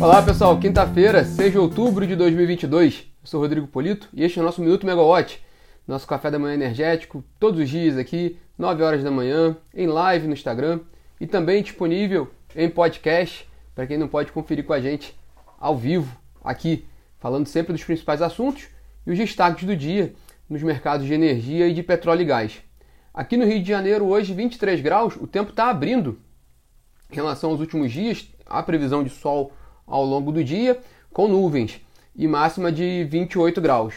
Olá pessoal, quinta-feira, 6 de outubro de 2022. Eu sou Rodrigo Polito e este é o nosso Minuto Megawatt, nosso café da manhã energético, todos os dias aqui, 9 horas da manhã, em live no Instagram e também disponível em podcast, para quem não pode conferir com a gente ao vivo, aqui, falando sempre dos principais assuntos e os destaques do dia nos mercados de energia e de petróleo e gás. Aqui no Rio de Janeiro, hoje, 23 graus, o tempo está abrindo. Em relação aos últimos dias, a previsão de sol ao longo do dia, com nuvens e máxima de 28 graus.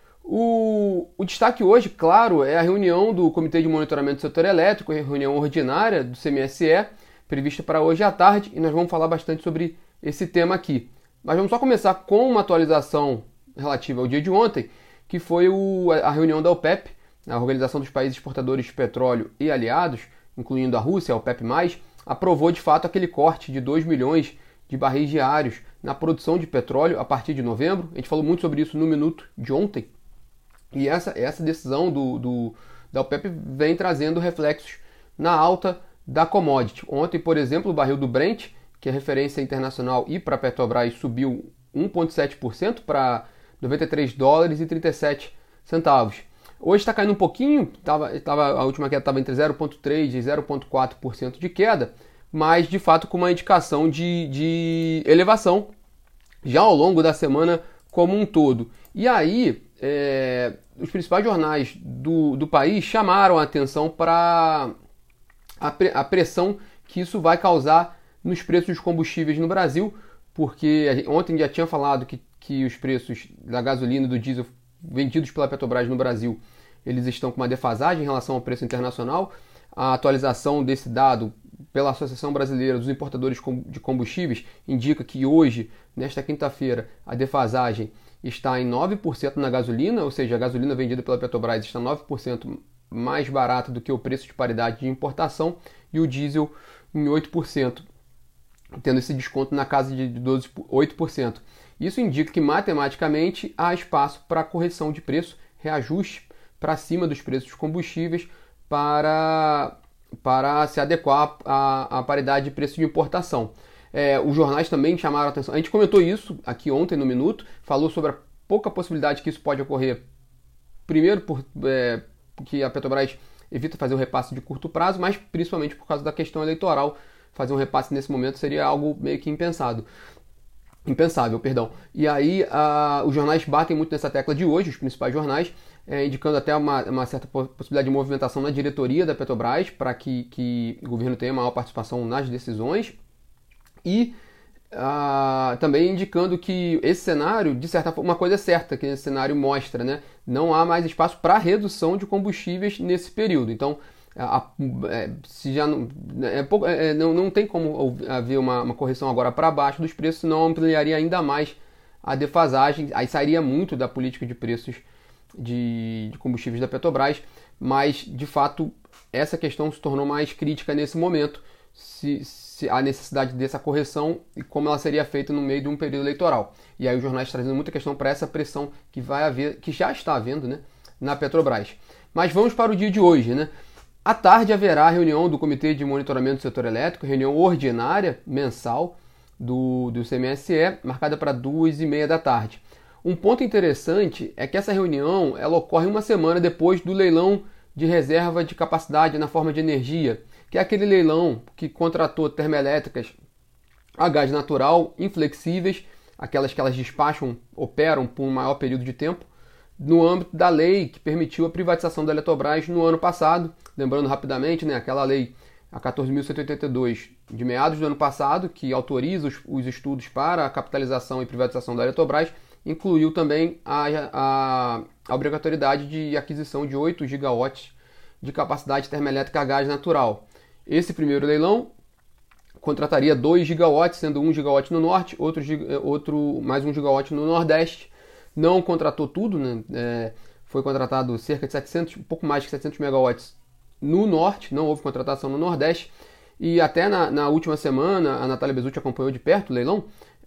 O destaque hoje, claro, é a reunião do Comitê de Monitoramento do Setor Elétrico, a reunião ordinária do CMSE, prevista para hoje à tarde, e nós vamos falar bastante sobre esse tema aqui. Mas vamos só começar com uma atualização relativa ao dia de ontem, que foi a reunião da OPEP, a Organização dos Países Exportadores de Petróleo e Aliados, incluindo a Rússia, a OPEP+, aprovou de fato aquele corte de 2 milhões de barris diários na produção de petróleo a partir de novembro. A gente falou muito sobre isso no minuto de ontem. E essa decisão da OPEP vem trazendo reflexos na alta da commodity. Ontem, por exemplo, o barril do Brent, que é referência internacional e para a Petrobras, subiu 1,7% para 93 dólares e 37 centavos. Hoje está caindo um pouquinho, a última queda estava entre 0,3% e 0,4% de queda, mas de fato com uma indicação de elevação já ao longo da semana como um todo. E aí, os principais jornais do país chamaram a atenção para a pressão que isso vai causar nos preços dos combustíveis no Brasil, porque ontem já tinha falado que os preços da gasolina e do diesel vendidos pela Petrobras no Brasil, eles estão com uma defasagem em relação ao preço internacional. A atualização desse dado pela Associação Brasileira dos Importadores de Combustíveis indica que hoje, nesta quinta-feira, a defasagem está em 9% na gasolina, ou seja, a gasolina vendida pela Petrobras está 9% mais barata do que o preço de paridade de importação, e o diesel em 8%, tendo esse desconto na casa de 8%. Isso indica que matematicamente há espaço para correção de preço, reajuste para cima dos preços dos combustíveis para se adequar à paridade de preço de importação. Os jornais também chamaram a atenção. A gente comentou isso aqui ontem no Minuto, falou sobre a pouca possibilidade que isso pode ocorrer, primeiro porque a Petrobras evita fazer o repasse de curto prazo, mas principalmente por causa da questão eleitoral. Fazer um repasse nesse momento seria algo meio que impensável. E aí os jornais batem muito nessa tecla de hoje, os principais jornais, indicando até uma certa possibilidade de movimentação na diretoria da Petrobras para que o governo tenha maior participação nas decisões, e também indicando que esse cenário, de certa forma, uma coisa é certa que esse cenário mostra, né? Não há mais espaço para redução de combustíveis nesse período. Então, se já não tem como haver uma correção agora para baixo dos preços, senão ampliaria ainda mais a defasagem, aí sairia muito da política de preços de combustíveis da Petrobras, mas de fato essa questão se tornou mais crítica nesse momento, se a necessidade dessa correção e como ela seria feita no meio de um período eleitoral. E aí os jornais trazendo muita questão para essa pressão que vai haver, que já está havendo, né, na Petrobras. Mas vamos para o dia de hoje, né? À tarde haverá a reunião do Comitê de Monitoramento do Setor Elétrico, reunião ordinária mensal do CMSE, marcada para 2h30 da tarde. Um ponto interessante é que essa reunião ela ocorre uma semana depois do leilão de reserva de capacidade na forma de energia, que é aquele leilão que contratou termoelétricas a gás natural inflexíveis, aquelas que elas despacham, operam por um maior período de tempo, no âmbito da lei que permitiu a privatização da Eletrobras no ano passado. Lembrando rapidamente, né, aquela lei, a 14.182, de meados do ano passado, que autoriza os estudos para a capitalização e privatização da Eletrobras, incluiu também a obrigatoriedade de aquisição de 8 gigawatts de capacidade termoelétrica a gás natural. Esse primeiro leilão contrataria 2 gigawatts, sendo 1 gigawatt no norte, mais 1 gigawatt no nordeste. Não contratou tudo, né? Foi contratado cerca de um pouco mais de 700 megawatts no norte, não houve contratação no nordeste. E até na última semana, a Natália Bezutti acompanhou de perto o leilão,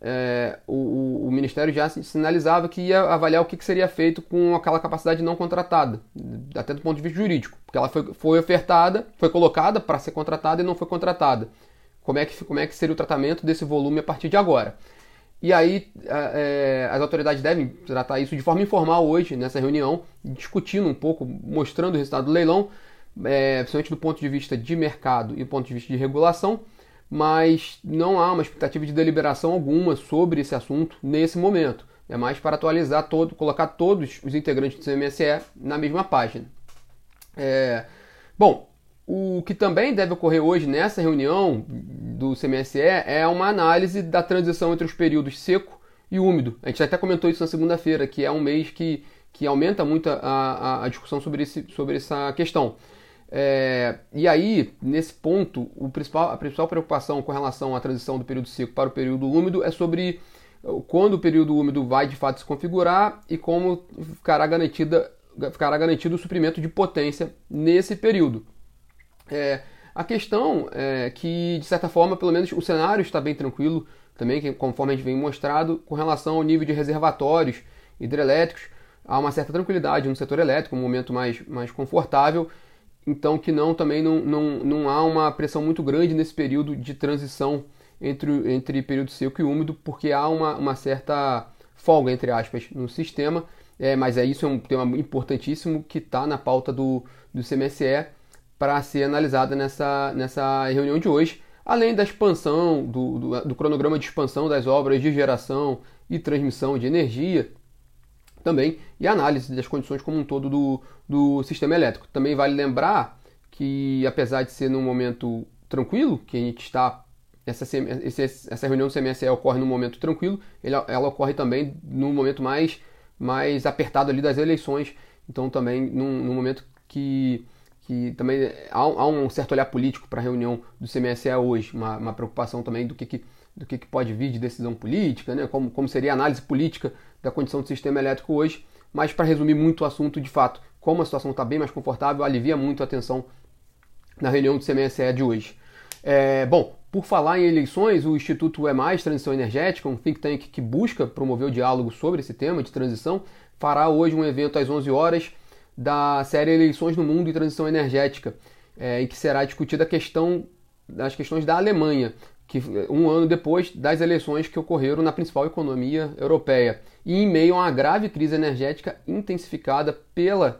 o Ministério já sinalizava que ia avaliar o que seria feito com aquela capacidade não contratada, até do ponto de vista jurídico, porque ela foi ofertada, foi colocada para ser contratada e não foi contratada. Como é que seria o tratamento desse volume a partir de agora? E aí as autoridades devem tratar isso de forma informal hoje, nessa reunião, discutindo um pouco, mostrando o resultado do leilão, principalmente do ponto de vista de mercado e do ponto de vista de regulação, mas não há uma expectativa de deliberação alguma sobre esse assunto nesse momento. É mais para atualizar colocar todos os integrantes do CMSE na mesma página. Bom, o que também deve ocorrer hoje nessa reunião do CMSE é uma análise da transição entre os períodos seco e úmido. A gente até comentou isso na segunda-feira, que é um mês que aumenta muito a discussão sobre essa questão. E aí, nesse ponto, a principal preocupação com relação à transição do período seco para o período úmido é sobre quando o período úmido vai de fato se configurar e como ficará garantido o suprimento de potência nesse período. A questão é que, de certa forma, pelo menos o cenário está bem tranquilo também, conforme a gente vem mostrado, com relação ao nível de reservatórios hidrelétricos. Há uma certa tranquilidade no setor elétrico, um momento mais confortável, então que também não há uma pressão muito grande nesse período de transição entre período seco e úmido, porque há uma certa folga, entre aspas, no sistema, mas isso é um tema importantíssimo que está na pauta do CMSE para ser analisada nessa reunião de hoje, além da expansão, do cronograma de expansão das obras de geração e transmissão de energia, também, e a análise das condições como um todo do sistema elétrico. Também vale lembrar que, apesar de ser num momento tranquilo, que a gente está, essa reunião do CMSE ocorre num momento tranquilo, ela ocorre também num momento mais apertado ali das eleições, então também num momento que também há um certo olhar político para a reunião do CMSE hoje, uma preocupação também do que pode vir de decisão política, né? Como seria a análise política da condição do sistema elétrico hoje, mas para resumir muito o assunto, de fato, como a situação está bem mais confortável, alivia muito a atenção na reunião do CMSE de hoje. Bom, por falar em eleições, o Instituto Transição Energética, um think tank que busca promover o diálogo sobre esse tema de transição, fará hoje um evento às 11 horas da série Eleições no Mundo e Transição Energética, em que será discutida as questões da Alemanha, que um ano depois das eleições que ocorreram na principal economia europeia, e em meio a uma grave crise energética intensificada pela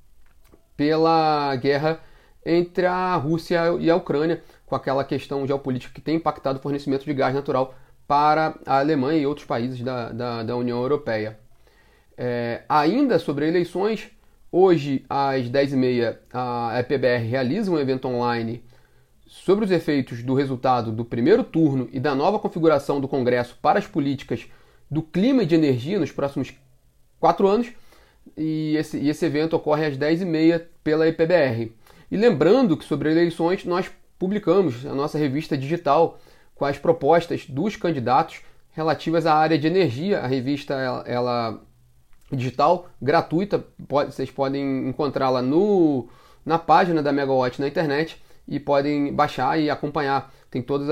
guerra entre a Rússia e a Ucrânia, com aquela questão geopolítica que tem impactado o fornecimento de gás natural para a Alemanha e outros países da União Europeia. Ainda sobre eleições, hoje às 10h30 a EPBR realiza um evento online sobre os efeitos do resultado do primeiro turno e da nova configuração do Congresso para as políticas do clima e de energia nos próximos 4 anos, e esse evento ocorre às 10h30 pela EPBR. E lembrando que sobre eleições nós publicamos a nossa revista digital com as propostas dos candidatos relativas à área de energia. A revista ela digital, gratuita, vocês podem encontrá-la na página da Megawatt na internet e podem baixar e acompanhar. Tem todas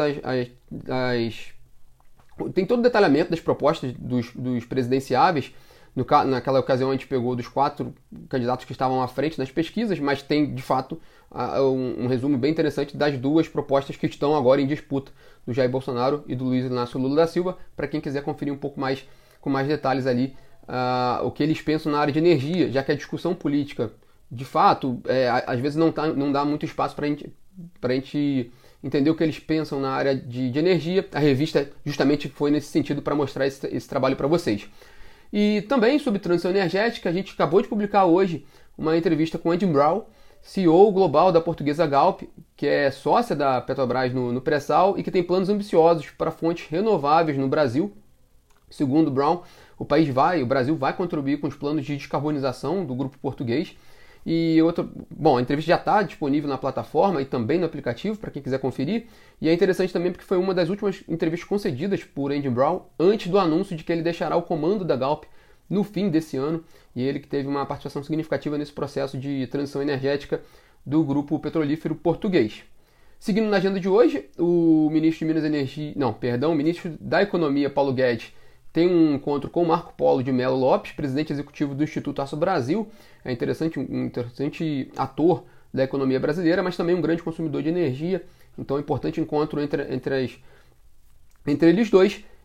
tem todo o detalhamento das propostas dos presidenciáveis. Naquela ocasião a gente pegou dos 4 candidatos que estavam à frente nas pesquisas, mas tem de fato um resumo bem interessante das 2 propostas que estão agora em disputa, do Jair Bolsonaro e do Luiz Inácio Lula da Silva, para quem quiser conferir um pouco mais, com mais detalhes ali, o que eles pensam na área de energia, já que a discussão política, de fato, às vezes não dá muito espaço para a gente entender o que eles pensam na área de energia. A revista justamente foi nesse sentido para mostrar esse trabalho para vocês. E também sobre transição energética, a gente acabou de publicar hoje uma entrevista com Andy Brown, CEO global da portuguesa Galp, que é sócia da Petrobras no pré-sal e que tem planos ambiciosos para fontes renováveis no Brasil. Segundo Brown, o Brasil vai contribuir com os planos de descarbonização do grupo português. A entrevista já está disponível na plataforma e também no aplicativo, para quem quiser conferir. E é interessante também porque foi uma das últimas entrevistas concedidas por Andy Brown antes do anúncio de que ele deixará o comando da Galp no fim desse ano. E ele que teve uma participação significativa nesse processo de transição energética do grupo petrolífero português. Seguindo na agenda de hoje, o ministro da Economia, Paulo Guedes, tem um encontro com o Marco Polo de Mello Lopes, presidente executivo do Instituto Aço Brasil. É um interessante ator da economia brasileira, mas também um grande consumidor de energia. Então é um importante encontro entre eles dois.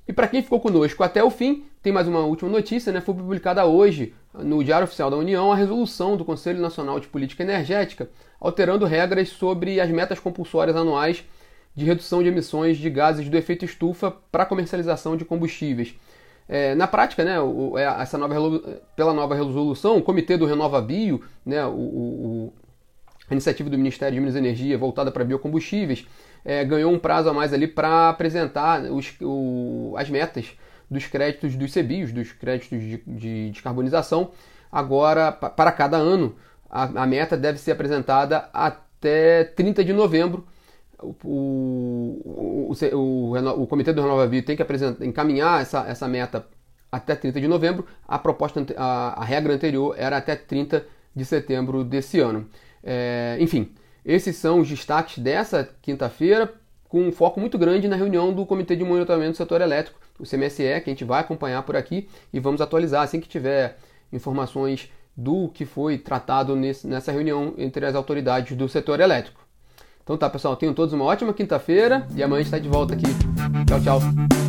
E para quem ficou conosco até o fim, tem mais uma última notícia, né? Foi publicada hoje no Diário Oficial da União a resolução do Conselho Nacional de Política Energética alterando regras sobre as metas compulsórias anuais de redução de emissões de gases do efeito estufa para comercialização de combustíveis. Na prática, né, pela nova resolução, o Comitê do RenovaBio, né, a iniciativa do Ministério de Minas e Energia voltada para biocombustíveis, ganhou um prazo a mais ali para apresentar as metas dos créditos dos CBIOs, dos créditos de descarbonização. Agora, para cada ano, a meta deve ser apresentada até 30 de novembro. O Comitê do RenovaBio tem que encaminhar essa meta até 30 de novembro. A regra anterior era até 30 de setembro desse ano. Enfim, esses são os destaques dessa quinta-feira, com um foco muito grande na reunião do Comitê de Monitoramento do Setor Elétrico, o CMSE, que a gente vai acompanhar por aqui e vamos atualizar assim que tiver informações do que foi tratado nessa reunião entre as autoridades do setor elétrico. Então tá, pessoal, tenham todos uma ótima quinta-feira e amanhã a gente está de volta aqui. Tchau, tchau!